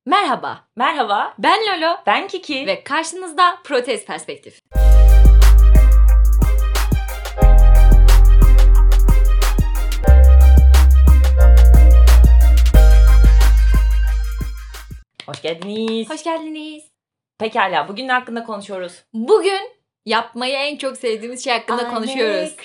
Merhaba, Merhaba, ben Lolo ben Kiki. ve karşınızda Protez Perspektif. Hoş geldiniz. Hoş geldiniz. Pekala, bugün ne hakkında konuşuyoruz? Bugün yapmayı en çok sevdiğimiz şey hakkında konuşuyoruz.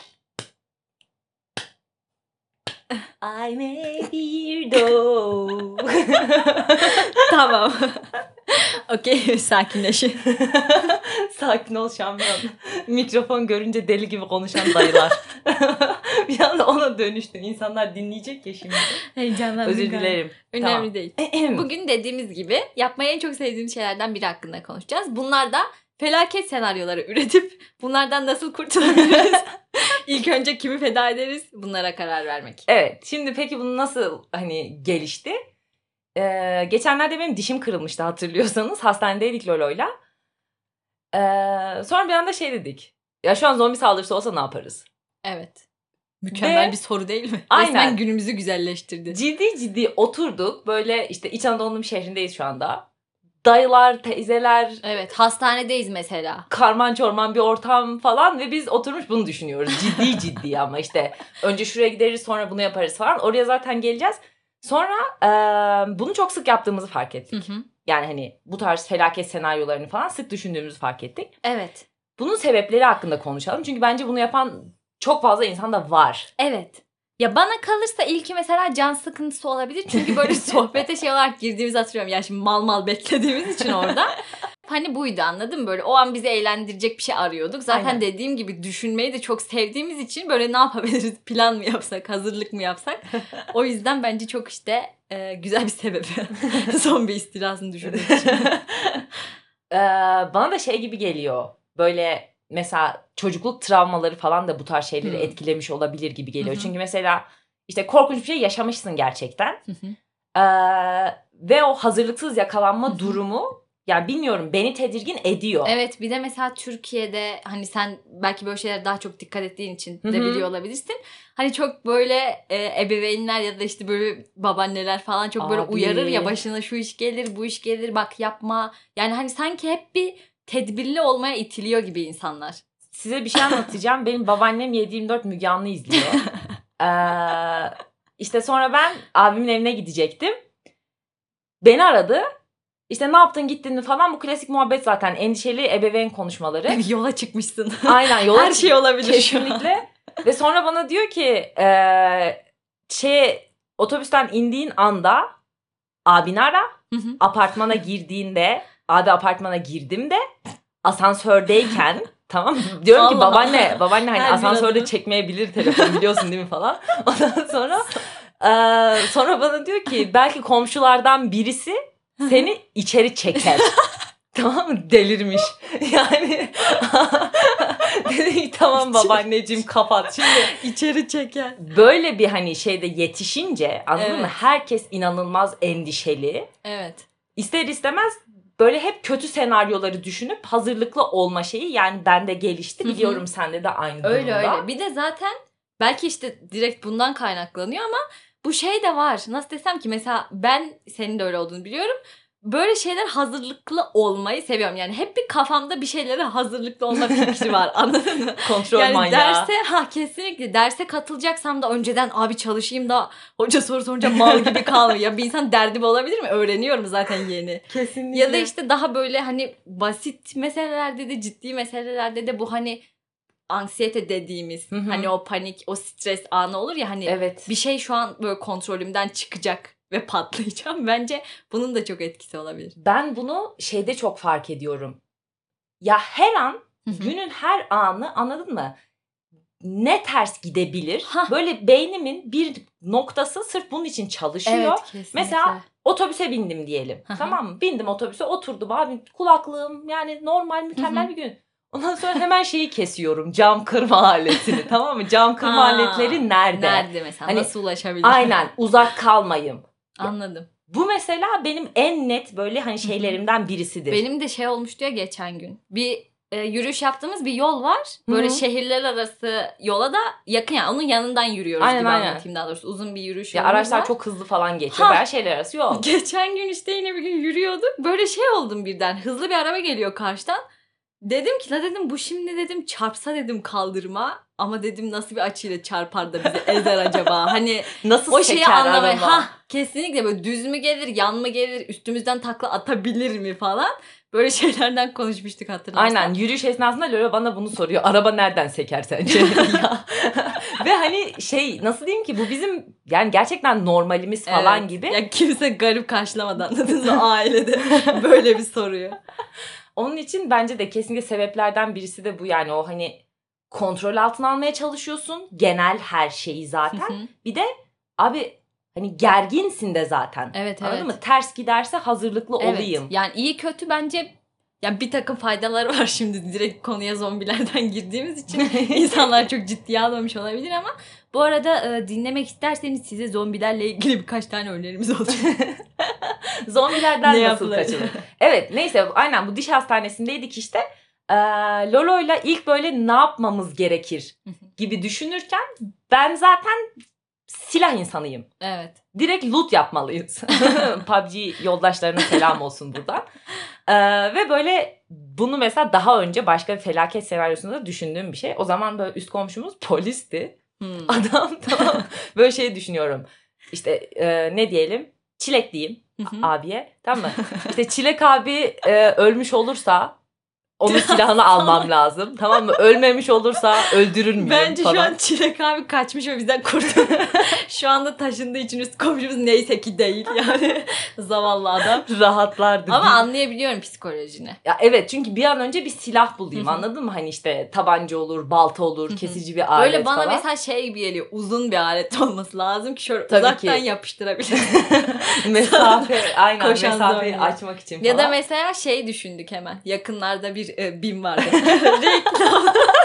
I'm a weirdo. Tamam. Okey, sakinleşin. Sakin ol şampiyon. Mikrofon görünce deli gibi konuşan dayılar. Bir anda ona dönüştün. İnsanlar dinleyecek ya şimdi. Heyecanlandım. Özür dilerim. Önemli değil. Tamam. Bugün dediğimiz gibi yapmayı en çok sevdiğimiz şeylerden biri hakkında konuşacağız. Bunlar da felaket senaryoları üretip bunlardan nasıl kurtulabiliriz? İlk önce kimi feda ederiz? Bunlara karar vermek. Evet. Şimdi peki bunu nasıl gelişti? Geçenlerde benim dişim kırılmıştı hatırlıyorsanız. Hastanedeydik Lolo'yla. Sonra bir anda dedik. Ya şu an zombi saldırısı olsa ne yaparız? Evet. Mükemmel Ve bir soru değil mi? aynen. Resmen günümüzü güzelleştirdi. Ciddi oturduk. Böyle işte İç Anadolu'nun bir şehrindeyiz şu anda. Dayılar, teyzeler. Evet, hastanedeyiz mesela. Karman çorman bir ortam falan ve biz oturmuş bunu düşünüyoruz. Ciddi ama işte önce şuraya gideriz sonra bunu yaparız falan. Oraya zaten geleceğiz. Sonra bunu çok sık yaptığımızı fark ettik. Hı hı. Yani bu tarz felaket senaryolarını falan sık düşündüğümüzü fark ettik. Evet. Bunun sebepleri hakkında konuşalım. Çünkü bence bunu yapan çok fazla insan da var. Evet. Ya bana kalırsa ilki mesela can sıkıntısı olabilir. Çünkü böyle sohbete olarak girdiğimizi hatırlıyorum. Yani şimdi mal beklediğimiz için orada. Hani buydu, anladın mı? Böyle o an bizi eğlendirecek bir şey arıyorduk. Zaten aynen. Dediğim gibi düşünmeyi de çok sevdiğimiz için böyle ne yapabiliriz? Plan mı yapsak? Hazırlık mı yapsak? O yüzden bence çok güzel bir sebep. Zombi istilasını düşünmek için. Bana da gibi geliyor. Böyle mesela çocukluk travmaları falan da bu tarz şeyleri etkilemiş olabilir gibi geliyor. Çünkü mesela işte korkunç bir şey yaşamışsın gerçekten. Ve o hazırlıksız yakalanma durumu, yani bilmiyorum, beni tedirgin ediyor. Evet, bir de mesela Türkiye'de hani sen belki böyle şeylere daha çok dikkat ettiğin için de biliyor olabilirsin. Hani çok böyle ebeveynler ya da işte böyle babaanneler falan çok böyle uyarır ya, başına şu iş gelir, bu iş gelir, bak yapma. Yani hani sanki hep bir tedbirli olmaya itiliyor gibi insanlar. Size bir şey anlatacağım. Benim babaannem 7/24 Müge Anlı izliyor. İşte sonra ben abimin evine gidecektim. Beni aradı. İşte ne yaptın, gittin mi falan, bu klasik muhabbet zaten, endişeli ebeveyn konuşmaları. Yola çıkmışsın. Aynen, yola her şey olabilir. Kesinlikle. Ve sonra bana diyor ki otobüsten indiğin anda abini ara. Apartmana girdiğinde, abi apartmana girdim de asansördeyken tamam mı? Diyorum ki babaanne hani asansörde çekmeyebilir telefon, biliyorsun değil mi falan. Ondan sonra bana diyor ki belki komşulardan birisi seni içeri çeker. Tamam mı? Delirmiş. Yani dedim tamam babaanneciğim, kapat. Şimdi içeri çeker. Böyle bir yetişince, anladın mı? Herkes inanılmaz endişeli. Evet. İster istemez böyle hep kötü senaryoları düşünüp hazırlıklı olma şeyi, yani bende gelişti. Biliyorum sende de aynı durumda. Öyle. Bir de zaten belki işte direkt bundan kaynaklanıyor ama bu de var. Nasıl desem ki, mesela ben senin de öyle olduğunu biliyorum. Böyle şeyler hazırlıklı olmayı seviyorum. Yani hep bir kafamda bir şeylere hazırlıklı olma fikri var. Anladın mı? Kontrol yani manyağı. Kesinlikle derse katılacaksam da önceden abi çalışayım da hoca soru sorunca mal gibi kalmıyor. Ya bir insan derdi olabilir mi? Öğreniyorum zaten yeni. Kesinlikle. Ya da işte daha böyle basit meselelerde de ciddi meselelerde de bu anksiyete dediğimiz hani o panik, o stres anı olur ya evet. Bir şey şu an böyle kontrolümden çıkacak ve patlayacağım. Bence bunun da çok etkisi olabilir. Ben bunu çok fark ediyorum. Ya her an, günün her anı, anladın mı? Ne ters gidebilir? Böyle beynimin bir noktası sırf bunun için çalışıyor. Evet, kesinlikle. Mesela otobüse bindim diyelim. Tamam mı? Bindim otobüse, oturdum abi, kulaklığım, yani normal mükemmel bir gün. Ondan sonra hemen kesiyorum. Cam kırma aletini, tamam mı? Cam kırma aletleri nerede? Nerede mesela? Nasıl ulaşabilirim? Aynen, uzak kalmayayım. Anladım. Bu mesela benim en net böyle şeylerimden birisidir. Benim de olmuştu ya geçen gün. Bir yürüyüş yaptığımız bir yol var. Böyle Hı-hı. şehirler arası yola da yakın yani. Onun yanından yürüyoruz aynen, gibi aynen. Anlatayım daha doğrusu. Uzun bir yürüyüş ya yolumuz araçlar var. çok hızlı falan geçiyor. Bayağı şehirler arası yol. Geçen gün işte yine bir gün yürüyorduk. Böyle şey oldum birden. Hızlı bir araba geliyor karşıdan. Dedim ki la dedim bu şimdi dedim çarpsa dedim kaldırıma. Ama dedim nasıl bir açıyla çarpar da bizi ezer acaba? Hani nasıl o şeyi anlamaya. araba? Kesinlikle böyle düz mü gelir, yan mı gelir, üstümüzden takla atabilir mi falan. Böyle şeylerden konuşmuştuk hatırlarsan. Aynen yürüyüş esnasında Lolo bana bunu soruyor. Araba nereden seker sence? Ve hani nasıl diyeyim ki bu bizim yani gerçekten normalimiz falan gibi. Ya kimse garip karşılamadan anladınız mı ailede böyle bir soruyu. Onun için bence de kesinlikle sebeplerden birisi de bu yani o hani kontrol altına almaya çalışıyorsun. Genel her şeyi zaten. Bir de abi hani gerginsin de zaten. Evet. Anladın mı? Ters giderse hazırlıklı olayım. Yani iyi kötü bence yani bir takım faydaları var şimdi direkt konuya zombilerden girdiğimiz için insanlar çok ciddiye almamış olabilir ama bu arada dinlemek isterseniz size zombilerle ilgili birkaç tane önerimiz olacak. Zombilerden nasıl kaçılır? Evet neyse aynen bu diş hastanesindeydik işte. Lolo'yla ilk böyle ne yapmamız gerekir gibi düşünürken ben zaten silah insanıyım. Evet. Direkt loot yapmalıyız. PUBG yoldaşlarına selam olsun buradan. Ve böyle bunu mesela daha önce başka bir felaket senaryosunda düşündüğüm bir şey. O zaman böyle üst komşumuz polisti. Adam tamam böyle şey düşünüyorum. İşte ne diyelim? Çilek diyeyim abiye. Tamam mı? İşte Çilek abi ölmüş olursa onun silahını almam lazım. Tamam mı? Ölmemiş olursa öldürür müyüm Bence falan. şu an Çilek abi kaçmış ve bizden kurtuldu. Şu anda taşındığı için üst komşumuz neyse ki değil yani. Zavallı adam. Rahatlardı. Ama anlayabiliyorum psikolojini. Ya evet çünkü bir an önce bir silah bulayım anladın mı? Hani işte tabanca olur, balta olur, kesici bir alet böyle bana falan. mesela şey gibi geliyor. Uzun bir alet olması lazım ki şöyle Tabii uzaktan ki. yapıştırabilirim. Aynen Koşan mesafeyi zombi. açmak için falan. Ya da mesela şey düşündük hemen. Yakınlarda bir BİM vardı. Reklam.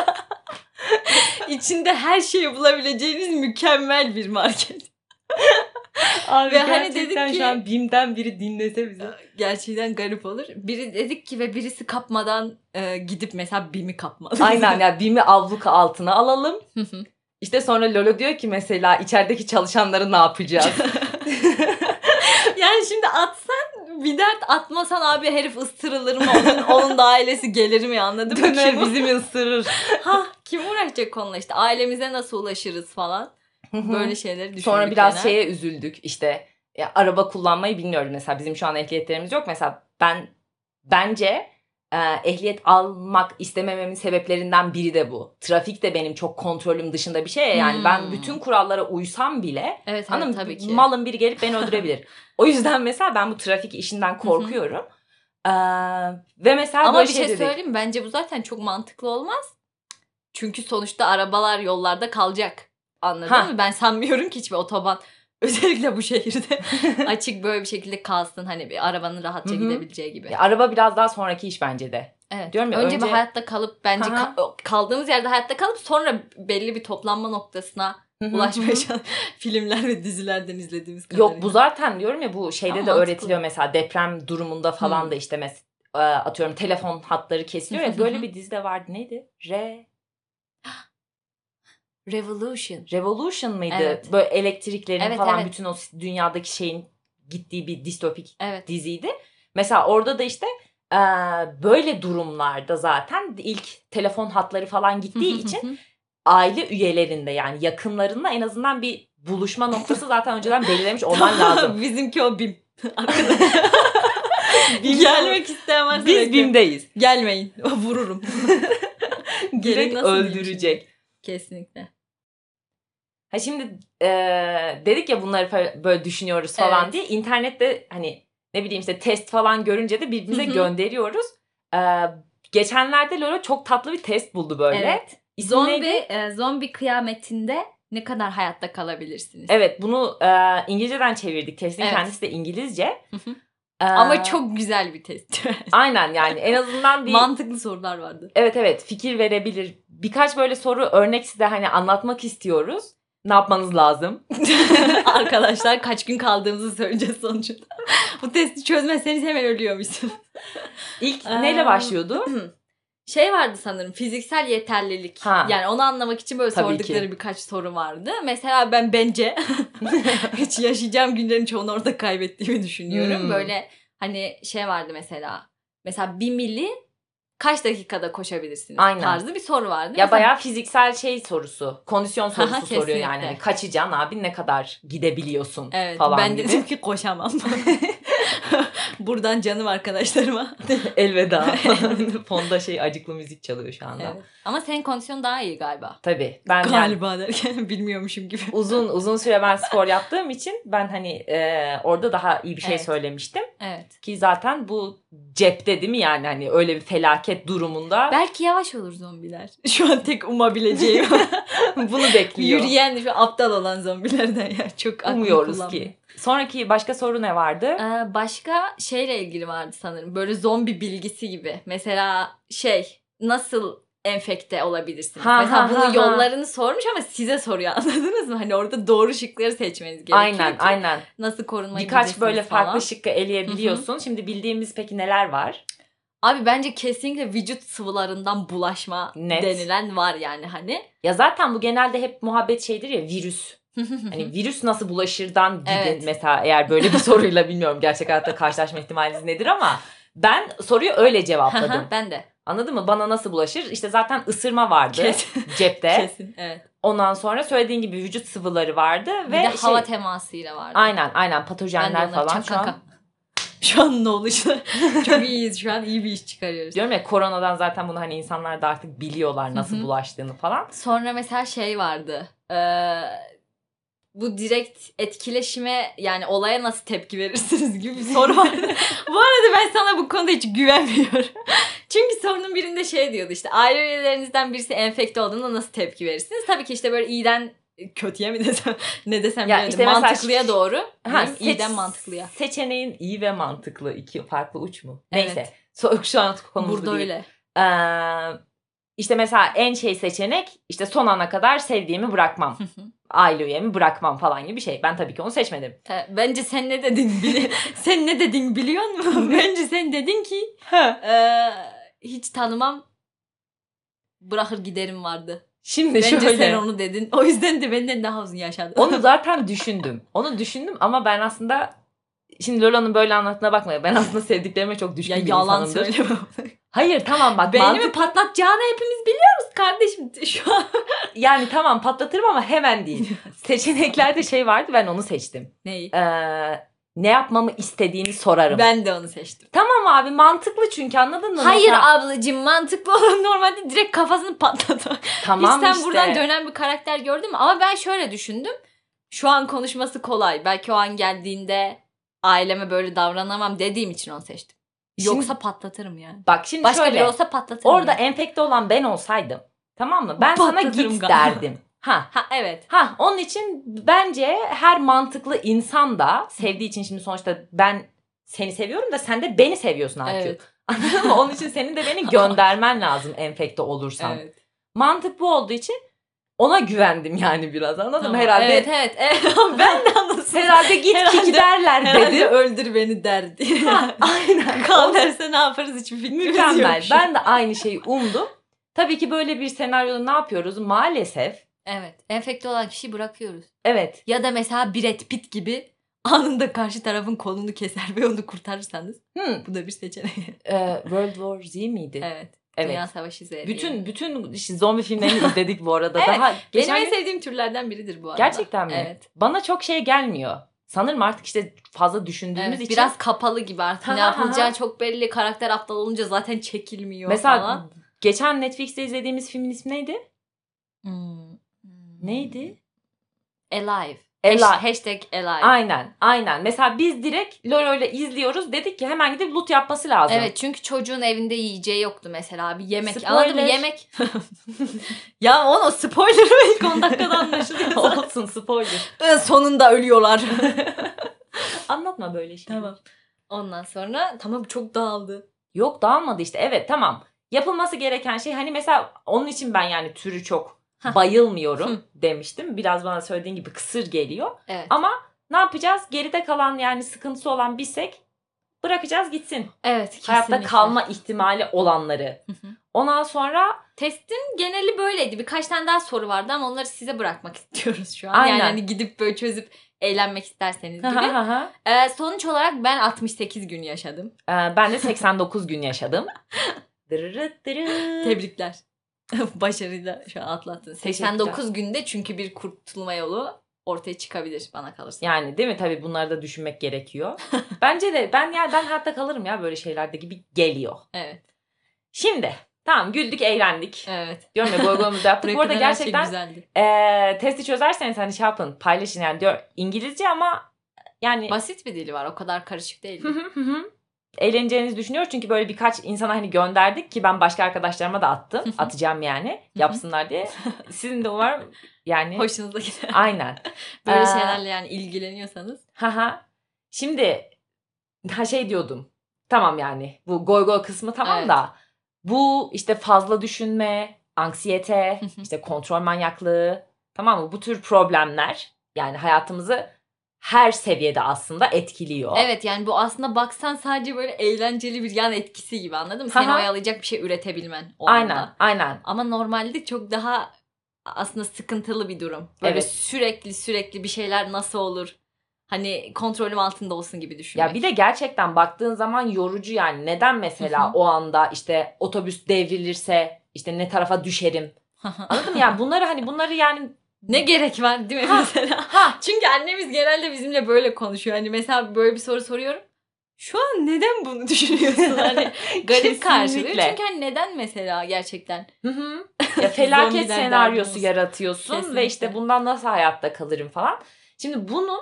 İçinde her şeyi bulabileceğiniz mükemmel bir market. Abi ve gerçekten hani dedik ki şu an BİM'den biri dinlese bizi. Gerçekten garip olur. Biri dedik ki ve birisi kapmadan gidip mesela BİM'i kapmalı. Aynen ya BİM'i avluka altına alalım. İşte sonra Lolo diyor ki mesela içerideki çalışanları ne yapacağız? Yani şimdi atsan bir dert, atmasan abi herif ısırılır mı? Onun da ailesi gelir mi, anladın mı? Döner bizim ısırır. Kim uğraşacak onunla işte, ailemize nasıl ulaşırız falan. Böyle şeyleri düşündük. Sonra biraz şeye üzüldük işte araba kullanmayı bilmiyorum mesela bizim şu an ehliyetlerimiz yok. Mesela bence ehliyet almak istemememin sebeplerinden biri de bu. Trafik de benim çok kontrolüm dışında bir şey yani ben bütün kurallara uysam bile evet, tabii ki. malın biri gelip beni öldürebilir. O yüzden mesela ben bu trafik işinden korkuyorum. Ve mesela ama böyle bir şey şey söyleyeyim mi? Bence bu zaten çok mantıklı olmaz. Çünkü sonuçta arabalar yollarda kalacak. Anladın mı? Ben sanmıyorum ki hiçbir otoban özellikle bu şehirde açık böyle bir şekilde kalsın. Hani bir arabanın rahatça gidebileceği gibi. Ya, araba biraz daha sonraki iş bence de. Evet. Diyorum ya, önce bir hayatta kalıp bence kaldığımız yerde hayatta kalıp sonra belli bir toplanma noktasına ulaşmaya filmler ve dizilerden izlediğimiz kadarıyla. Yok bu zaten diyorum ya bu şeyde ama de öğretiliyor mesela deprem durumunda falan da işte atıyorum telefon hatları kesiliyor ya böyle bir dizide vardı neydi? Revolution mıydı? Evet. Böyle elektriklerin falan bütün o dünyadaki şeyin gittiği bir distopik diziydi. Mesela orada da işte böyle durumlarda zaten ilk telefon hatları falan gittiği için aile üyelerinde yani yakınlarında en azından bir buluşma noktası zaten önceden belirlemiş olman lazım. Bizimki o BİM. Gelmek isteyen varsa biz BİM'deyiz. Gelmeyin. Vururum. Direkt öldürecek. Kesinlikle. Ha şimdi dedik ya bunları böyle düşünüyoruz falan diye. İnternette hani ne bileyim işte test falan görünce de birbirimize gönderiyoruz. Geçenlerde Lolo çok tatlı bir test buldu böyle. Evet. Zombi kıyametinde ne kadar hayatta kalabilirsiniz? Evet bunu İngilizceden çevirdik. Testin kendisi de İngilizce. Ama çok güzel bir test. Aynen yani en azından bir... mantıklı sorular vardı. Evet fikir verebilir. Birkaç böyle soru örnek size hani anlatmak istiyoruz. Ne yapmanız lazım? Arkadaşlar kaç gün kaldığımızı söyleyeceğiz sonuçta. Bu testi çözmezseniz hemen ölüyormuşsunuz. İlk neyle başlıyordu? Şey vardı sanırım, fiziksel yeterlilik. Ha. Yani onu anlamak için böyle Tabii sordukları ki. birkaç soru vardı. Mesela ben bence hiç yaşayacağım günlerin çoğunu orada kaybettiğimi düşünüyorum. Böyle hani şey vardı mesela. Mesela 1 mili kaç dakikada koşabilirsiniz? Aynen. Tarzı bir soru vardı. Ya mesela... bayağı fiziksel şey sorusu. Kondisyon sorusu soruyor kesinlikle. yani. Hani kaçacaksın abi, ne kadar gidebiliyorsun evet, falan ben gibi. dedim ki koşamam. Buradan canım arkadaşlarıma. Elveda. Fonda acıklı müzik çalıyor şu anda. Evet. Ama senin kondisyon daha iyi galiba. Tabii. Ben Galiba derken bilmiyormuşum gibi. Uzun süre ben spor yaptığım için ben hani orada daha iyi bir şey söylemiştim. Evet. Ki zaten bu cepte değil mi yani, hani öyle bir felaket durumunda. Belki yavaş olur zombiler. Şu an tek umabileceğim. Bunu bekliyor. Yürüyen, şu aptal olan zombilerden ya. Çok umuyoruz ki. Sonraki başka soru ne vardı? Başka şeyle ilgili vardı sanırım. Böyle zombi bilgisi gibi. Mesela nasıl enfekte olabilirsiniz? Mesela bunun yollarını sormuş ama size soruyor, anladınız mı? Hani orada doğru şıkları seçmeniz gerekiyor. Aynen. Nasıl korunmayı birkaç böyle farklı falan. şıkkı eleyebiliyorsun. Hı-hı. Şimdi bildiğimiz peki neler var? Abi bence kesinlikle vücut sıvılarından bulaşma denilen var yani hani. Ya zaten bu genelde hep muhabbet şeydir ya, virüs. Hani virüs nasıl bulaşırdan gidin mesela, eğer böyle bir soruyla, bilmiyorum gerçek hayatta karşılaşma ihtimaliniz nedir ama ben soruyu öyle cevapladım. Ben de. Anladın mı? Bana nasıl bulaşır? İşte zaten ısırma vardı cepte. Kesin, evet. Ondan sonra söylediğin gibi vücut sıvıları vardı. Bir de hava temasıyla vardı. Aynen patojenler falan şu an ne oluştu? Çok iyiyiz şu an, iyi bir iş çıkarıyoruz. Diyorum ya, koronadan zaten bunu hani insanlar da artık biliyorlar nasıl bulaştığını falan. Sonra mesela vardı. Bu direkt etkileşime, yani olaya nasıl tepki verirsiniz gibi bir soru vardı. Bu arada ben sana bu konuda hiç güvenmiyorum. Çünkü sorunun birinde diyordu, işte aile üyelerinizden birisi enfekte olduğunda nasıl tepki verirsiniz? Tabii ki işte böyle iyiden kötüye mi desem, ne desem ya işte mantıklıya doğru. İyiden mantıklıya. Seçeneğin iyi ve mantıklı iki farklı uç mu? Evet. Neyse. Şu an konumuz burada değil. Öyle. İşte mesela en seçenek işte son ana kadar sevdiğimi bırakmam. Aile üyemi bırakmam falan gibi bir şey. Ben tabii ki onu seçmedim. Bence sen ne dedin sen ne dedin biliyor musun? Bence sen dedin ki hiç tanımam, bırakır giderim vardı. Şimdi bence şöyle. Sen onu dedin. O yüzden de benden daha uzun yaşadın. Onu zaten düşündüm. Ama ben aslında şimdi Lola'nın böyle anlattığına bakma. Ben aslında sevdiklerime çok düşkün bir insanımdır. Yalan söyleme. Hayır tamam bak. Beynimi patlatacağını hepimiz biliyoruz kardeşim şu an. Yani tamam patlatırım ama hemen değil. Seçeneklerde vardı, ben onu seçtim. Neyi? Ne yapmamı istediğini sorarım. Ben de onu seçtim. Tamam abi, mantıklı çünkü, anladın mı? Hayır ablacığım, mantıklı olan normalde direkt kafasını patlatmak. Tamam Hiç sen buradan dönen bir karakter gördün mü? Ama ben şöyle düşündüm. Şu an konuşması kolay. Belki o an geldiğinde aileme böyle davranamam dediğim için onu seçtim. Yoksa patlatırım yani. Bak şimdi başka şöyle. biri olsa patlatırım. Orada enfekte olan ben olsaydım. Tamam mı? Ben sana git derdim. Evet. Onun için bence her mantıklı insan da sevdiği için, şimdi sonuçta ben seni seviyorum da sen de beni seviyorsun IQ. Evet. Anladın mı? Onun için senin de beni göndermen lazım enfekte olursan. Evet. Mantık bu olduğu için ona güvendim yani biraz, anladın mı? Herhalde. Evet. Ben de anladım. Herhalde git derler dedim. Herhalde öldür beni derdi. Aynen. Kal derse ne yaparız hiçbir fikrimiz yok. Mükemmel. Ben de aynı şeyi umdum. Tabii ki böyle bir senaryoda ne yapıyoruz? Maalesef. Evet. Enfekte olan kişiyi bırakıyoruz. Evet. Ya da mesela Brad Pitt gibi anında karşı tarafın kolunu keser ve onu kurtarırsanız. Bu da bir seçenek. World War Z miydi? Evet. Dünya Savaşı Z. Bütün zombi filmlerini izledik bu arada. Evet. Daha benim en sevdiğim türlerden biridir bu arada. Gerçekten mi? Evet. Bana çok gelmiyor. Sanırım artık işte fazla düşündüğümüz için. Biraz kapalı gibi artık. Ne yapılacağı çok belli. Karakter aptal olunca zaten çekilmiyor mesela, falan. geçen Netflix'te izlediğimiz filmin ismi neydi? Neydi? Alive. Hashtag Alive. Aynen. Mesela biz direkt Lolo'yla izliyoruz. Dedik ki hemen gidip loot yapması lazım. Evet, çünkü çocuğun evinde yiyeceği yoktu mesela. Bir yemek. Spoiler. Anladın mı? Yemek. Ya o spoiler'ı ilk 10 dakikada anlaşılıyor. Olsun, spoiler. Sonunda ölüyorlar. Anlatma böyle şey. Tamam. Ondan sonra çok dağıldı. Yok, dağılmadı işte. Evet, tamam. Yapılması gereken şey, hani mesela onun için ben yani türü çok bayılmıyorum demiştim. Biraz bana söylediğin gibi kısır geliyor. Evet. Ama ne yapacağız? Geride kalan, yani sıkıntısı olan birsek bırakacağız gitsin. Evet, kesinlikle. Hayatta kalma ihtimali olanları. Ondan sonra testin geneli böyleydi. Birkaç tane daha soru vardı ama onları size bırakmak istiyoruz şu an. Aynen. Yani hani gidip böyle çözüp eğlenmek isterseniz gibi. Sonuç olarak ben 68 gün yaşadım. Ben de 89 gün yaşadım. Tebrikler. Başarıyla şu an atlattın. 89 günde çünkü bir kurtulma yolu ortaya çıkabilir bana kalırsa. Yani değil mi? Tabii bunları da düşünmek gerekiyor. Bence de ben hayatta kalırım ya böyle şeylerde gibi geliyor. Evet. Şimdi tamam güldük eğlendik. Evet. Diyorum ya goygoyumuzu yaptık. Bu arada gerçekten testi çözerseniz hani şey yapın paylaşın yani diyor İngilizce ama yani. Basit bir dili var o kadar karışık değil. Eğleneceğinizi düşünüyoruz çünkü böyle birkaç insana hani gönderdik ki ben başka arkadaşlarıma da attım. Atacağım yani yapsınlar diye. Sizin de umarım yani. Hoşunuza gider. Aynen. Böyle şeylerle yani ilgileniyorsanız. Şimdi şey diyordum. Tamam yani bu goy kısmı tamam evet. Da bu işte fazla düşünme, anksiyete, işte kontrol manyaklığı tamam mı? Bu tür problemler yani hayatımızı her seviyede aslında etkiliyor. Evet yani bu aslında baksan sadece böyle eğlenceli bir yan etkisi gibi anladın mı? Seni oyalayacak bir şey üretebilmen o anda. Aynen. Ama normalde çok daha aslında sıkıntılı bir durum. Böyle evet. sürekli bir şeyler nasıl olur? Hani kontrolüm altında olsun gibi düşünmek. Ya bir de gerçekten baktığın zaman yorucu yani. Neden mesela o anda işte otobüs devrilirse işte ne tarafa düşerim? Anladın mı? Yani bunları yani ne gerek var değil mi mesela? Çünkü annemiz genelde bizimle böyle konuşuyor. Hani mesela böyle bir soru soruyorum. Şu an neden bunu düşünüyorsun? Hani garip karşılıyor. Çünkü hani neden mesela gerçekten? Ya felaket senaryosu yaratıyorsun. Kesinlikle. Ve işte bundan nasıl hayatta kalırım falan. Şimdi bunun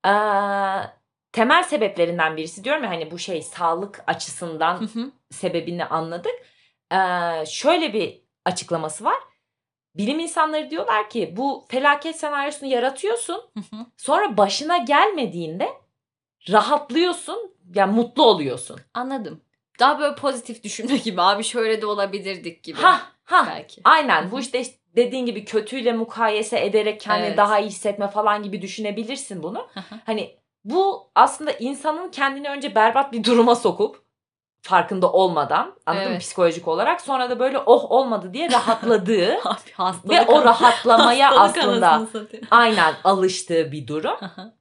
temel sebeplerinden birisi diyorum ya hani bu şey sağlık açısından sebebini anladık. Şöyle bir açıklaması var. Bilim insanları diyorlar ki bu felaket senaryosunu yaratıyorsun. Sonra başına gelmediğinde rahatlıyorsun. Yani mutlu oluyorsun. Anladım. Daha böyle pozitif düşünme gibi. Abi şöyle de olabilirdik gibi. Belki. Aynen. Bu işte dediğin gibi kötüyle mukayese ederek kendini daha iyi hissetme falan gibi düşünebilirsin bunu. Hani bu aslında insanın kendini önce berbat bir duruma sokup farkında olmadan anladın mı psikolojik olarak sonra da böyle olmadı diye rahatladığı ve o rahatlamaya aslında aynen alıştığı bir durum.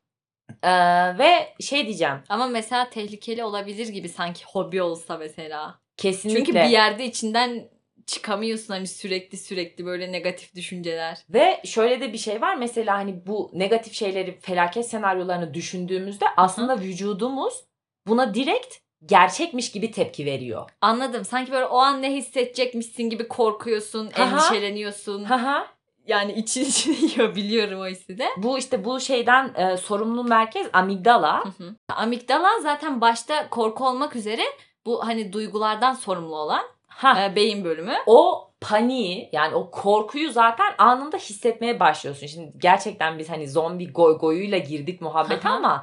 Ve şey diyeceğim. Ama mesela tehlikeli olabilir gibi sanki hobi olsa mesela. Kesinlikle. Çünkü bir yerde içinden çıkamıyorsun hani sürekli böyle negatif düşünceler. Ve şöyle de bir şey var mesela hani bu negatif şeyleri felaket senaryolarını düşündüğümüzde aslında vücudumuz buna direkt gerçekmiş gibi tepki veriyor. Anladım. Sanki böyle o an ne hissedecekmişsin gibi korkuyorsun, endişeleniyorsun. Yani içini yiyor biliyorum o hissi de. Bu şeyden sorumlu merkez amigdala. Amigdala zaten başta korku olmak üzere bu hani duygulardan sorumlu olan beyin bölümü. O paniği yani o korkuyu zaten anında hissetmeye başlıyorsun. Şimdi gerçekten biz hani zombi goyuyla girdik muhabbete ama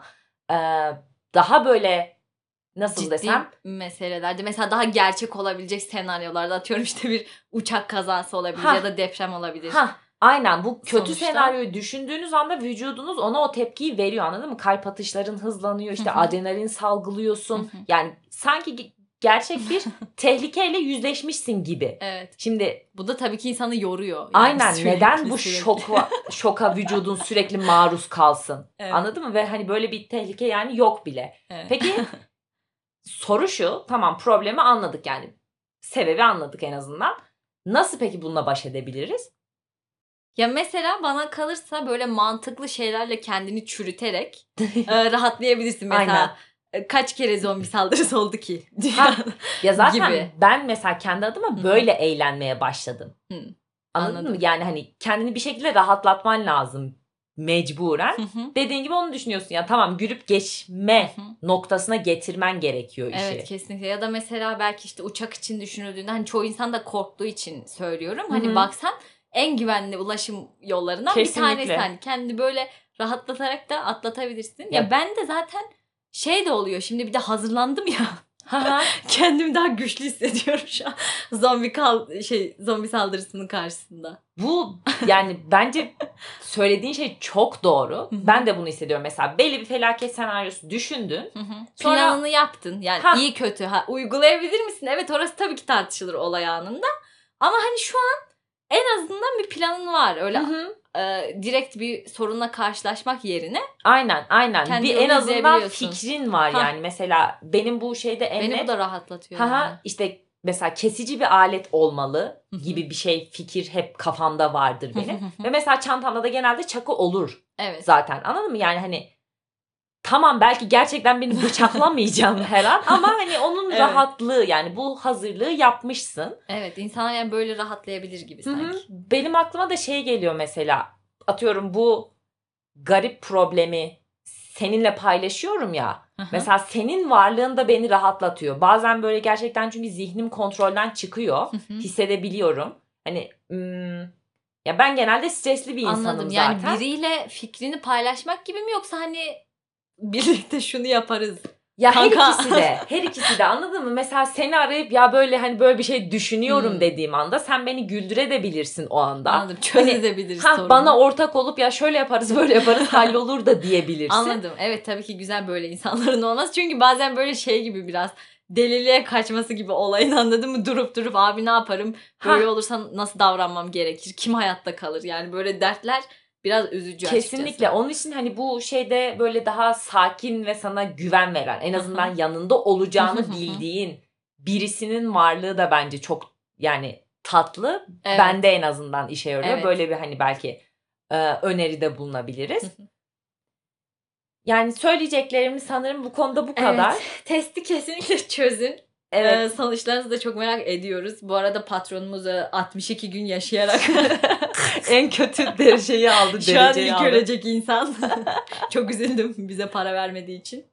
daha böyle nasıl ciddi desem meselelerde mesela daha gerçek olabilecek senaryolarda atıyorum işte bir uçak kazası olabilir ya da deprem olabilir. Aynen bu kötü senaryoyu düşündüğünüz anda vücudunuz ona o tepkiyi veriyor anladın mı? Kalp atışların hızlanıyor işte adrenalin salgılıyorsun. Yani sanki gerçek bir tehlikeyle yüzleşmişsin gibi. Evet. Şimdi bu da tabii ki insanı yoruyor. Yani aynen neden bu şoka vücudun sürekli maruz kalsın? Evet. Anladın mı? Ve hani böyle bir tehlike yani yok bile. Evet. Peki soru şu tamam problemi anladık yani sebebi anladık en azından. Nasıl peki bununla baş edebiliriz? Ya mesela bana kalırsa böyle mantıklı şeylerle kendini çürüterek rahatlayabilirsin. Mesela kaç kere zombi saldırısı oldu ki? Ya zaten gibi. Ben mesela kendi adıma böyle eğlenmeye başladım. Anladın mı? Yani hani kendini bir şekilde rahatlatman lazım mecburen. Dediğin gibi onu düşünüyorsun. Ya tamam gülüp geçme noktasına getirmen gerekiyor işi. Evet kesinlikle. Ya da mesela belki işte uçak için düşünüldüğünde hani çoğu insan da korktuğu için söylüyorum. Hani baksan en güvenli ulaşım yollarından kesinlikle. Bir tanesi. Hani kendi böyle rahatlatarak da atlatabilirsin. Ya ben de zaten şey de oluyor. Şimdi bir de hazırlandım ya. Kendimi daha güçlü hissediyorum şu an. Zombi saldırısının karşısında. Bu yani bence söylediğin şey çok doğru. Ben de bunu hissediyorum. Mesela belli bir felaket senaryosu düşündün. Sonra planını yaptın. Yani iyi kötü. Uygulayabilir misin? Evet, orası tabii ki tartışılır olay anında. Ama hani şu an en azından bir planın var. Öyle direkt bir sorunla karşılaşmak yerine. Aynen. Bir en azından fikrin var yani. Mesela benim bu şeyde beni bu da rahatlatıyor. Yani. İşte mesela kesici bir alet olmalı gibi bir şey, fikir hep kafamda vardır benim. Ve mesela çantamda da genelde çakı olur. Evet. Zaten, anladın mı? Yani hani tamam, belki gerçekten beni bıçaklamayacağım her an ama hani onun rahatlığı, yani bu hazırlığı yapmışsın. Evet, insanlar yani böyle rahatlayabilir gibi sanki. Benim aklıma da şey geliyor mesela, atıyorum bu garip problemi seninle paylaşıyorum ya. Mesela senin varlığın da beni rahatlatıyor. Bazen böyle gerçekten, çünkü zihnim kontrolden çıkıyor. Hissedebiliyorum. Hani ya ben genelde stresli bir insanım. Anladım. Zaten. Yani biriyle fikrini paylaşmak gibi mi, yoksa hani birlikte şunu yaparız? Ya her ikisi de anladın mı? Mesela seni arayıp ya böyle hani böyle bir şey düşünüyorum dediğim anda sen beni güldürebilirsin o anda. Anladım. Çözebiliriz sorunu. Bana ortak olup ya şöyle yaparız böyle yaparız hallolur da diyebilirsin. Anladım. Evet, tabii ki güzel böyle insanların olması. Çünkü bazen böyle şey gibi, biraz deliliğe kaçması gibi olayın, anladın mı? Durup abi ne yaparım? Böyle olursa nasıl davranmam gerekir? Kim hayatta kalır? Yani böyle dertler biraz üzücü açıkçası. Kesinlikle. Onun için hani bu şeyde böyle daha sakin ve sana güven veren, en azından yanında olacağını bildiğin birisinin varlığı da bence çok yani tatlı. Evet. Bende en azından işe yarıyor. Evet. Böyle bir hani belki öneride bulunabiliriz. Yani söyleyeceklerimiz sanırım bu konuda bu kadar. Evet. Testi kesinlikle çözün. Evet. Sonuçlarınızı da çok merak ediyoruz. Bu arada patronumuz 62 gün yaşayarak en kötü dereceyi aldı. Şu an ilk ölecek insan. Çok üzüldüm bize para vermediği için.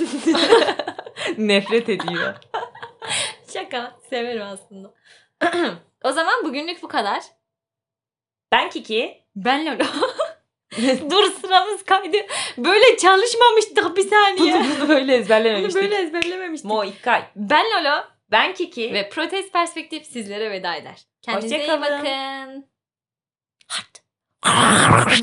Nefret ediyor. Şaka. Severim aslında. O zaman bugünlük bu kadar. Ben Kiki. Ben Lolo. Dur, sıramız kaydı. Böyle çalışmamıştık, bir saniye. Bunu böyle ezberlememiştik. Moikay. Ben Lolo. Ben Kiki. Ve Protest Perspektif sizlere veda eder. Kendinize iyi bakın.